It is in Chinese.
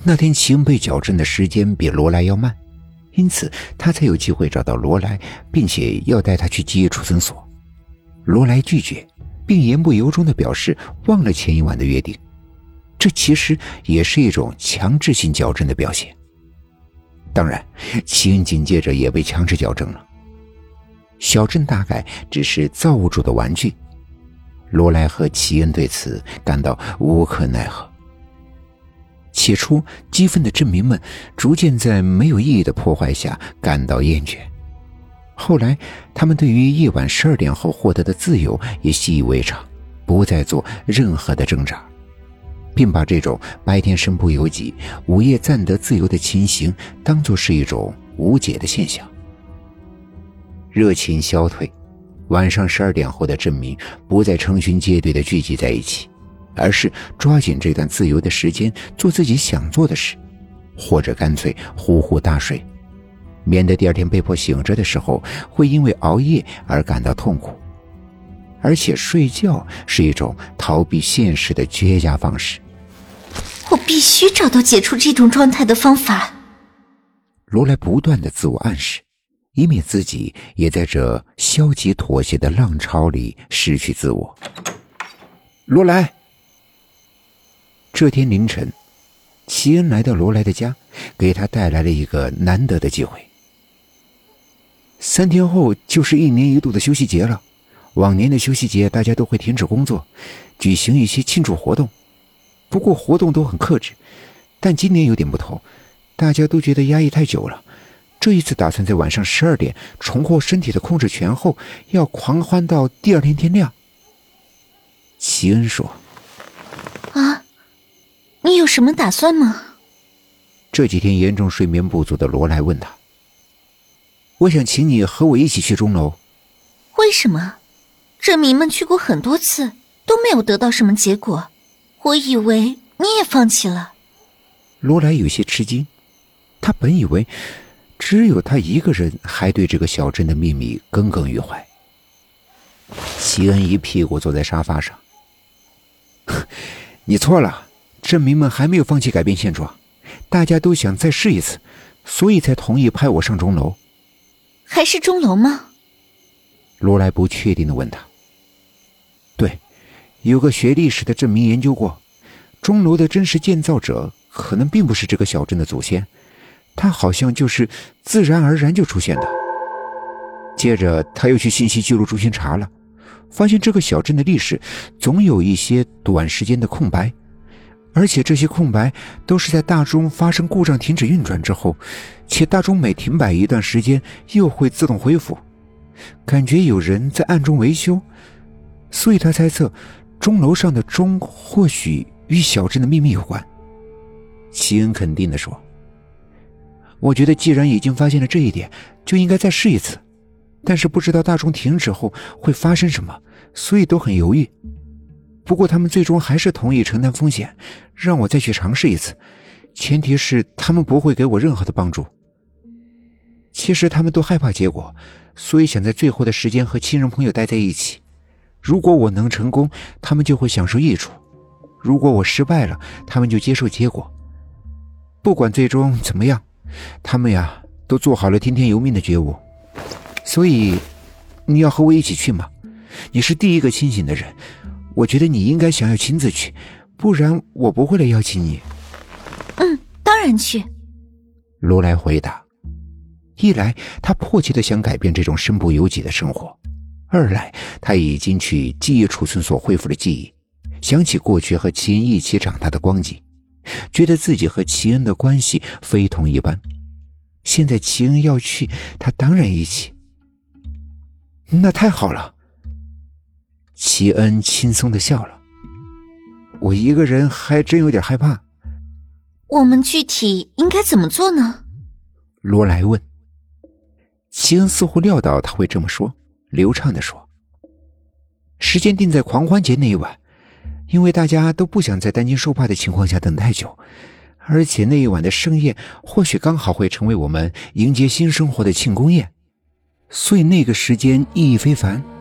那天齐恩被矫正的时间比罗莱要慢，因此他才有机会找到罗莱，并且要带他去记忆储存所。罗莱拒绝，并言不由衷地表示忘了前一晚的约定，这其实也是一种强制性矫正的表现。当然，齐恩紧接着也被强制矫正了。小镇大概只是造物主的玩具，罗莱和齐恩对此感到无可奈何。起初激愤的镇民们逐渐在没有意义的破坏下感到厌倦，后来他们对于夜晚12点后获得的自由也习以为常，不再做任何的挣扎，并把这种白天身不由己，午夜暂得自由的情形当作是一种无解的现象。热情消退，晚上12点后的镇民不再成群结队地聚集在一起，而是抓紧这段自由的时间做自己想做的事，或者干脆呼呼大睡，免得第二天被迫醒着的时候会因为熬夜而感到痛苦。而且睡觉是一种逃避现实的绝佳方式。 我必须找到解除这种状态的方法。 罗莱不断地自我暗示，以免自己也在这消极妥协的浪潮里失去自我。罗莱。这天凌晨，齐恩来到罗莱的家，给他带来了一个难得的机会。3天后就是1年1度的休息节了，往年的休息节大家都会停止工作，举行一些庆祝活动，不过活动都很克制，但今年有点不同，大家都觉得压抑太久了，这一次打算在晚上12点重获身体的控制权后，要狂欢到第二天天亮。齐恩说： 啊，你有什么打算吗？ 这几天严重睡眠不足的罗莱问他：我想请你和我一起去钟楼。 为什么？镇民们去过很多次，都没有得到什么结果，我以为你也放弃了。 罗莱有些吃惊，他本以为只有他一个人还对这个小镇的秘密耿耿于怀。齐恩一屁股坐在沙发上。你错了，镇民们还没有放弃改变现状，大家都想再试一次，所以才同意派我上钟楼。 还是钟楼吗？ 罗莱不确定地问他。对，有个学历史的镇民研究过，钟楼的真实建造者可能并不是这个小镇的祖先，他好像就是自然而然就出现的。接着他又去信息记录中心查了，发现这个小镇的历史总有一些短时间的空白，而且这些空白都是在大钟发生故障停止运转之后，且大钟每停摆一段时间又会自动恢复，感觉有人在暗中维修，所以他猜测钟楼上的钟或许与小镇的秘密有关。齐恩肯定地说：我觉得既然已经发现了这一点，就应该再试一次，但是不知道大钟停止后会发生什么，所以都很犹豫。不过他们最终还是同意承担风险，让我再去尝试一次，前提是他们不会给我任何的帮助。其实他们都害怕结果，所以想在最后的时间和亲人朋友待在一起。如果我能成功，他们就会享受益处；如果我失败了，他们就接受结果。不管最终怎么样，他们呀都做好了听天由命的觉悟。所以你要和我一起去吗？你是第一个清醒的人，我觉得你应该想要亲自去，不然我不会来邀请你。 当然去。 罗莱回答。一来他迫切地想改变这种身不由己的生活，二来他已经去记忆储存所恢复了记忆，想起过去和齐恩一起长大的光景，觉得自己和齐恩的关系非同一般。现在齐恩要去，他当然一起。那太好了。齐恩轻松地笑了。我一个人还真有点害怕。 我们具体应该怎么做呢？ 罗莱问。齐恩似乎料到他会这么说，流畅地说：时间定在狂欢节那一晚，因为大家都不想在担惊受怕的情况下等太久，而且那一晚的盛宴或许刚好会成为我们迎接新生活的庆功宴，所以那个时间意义非凡。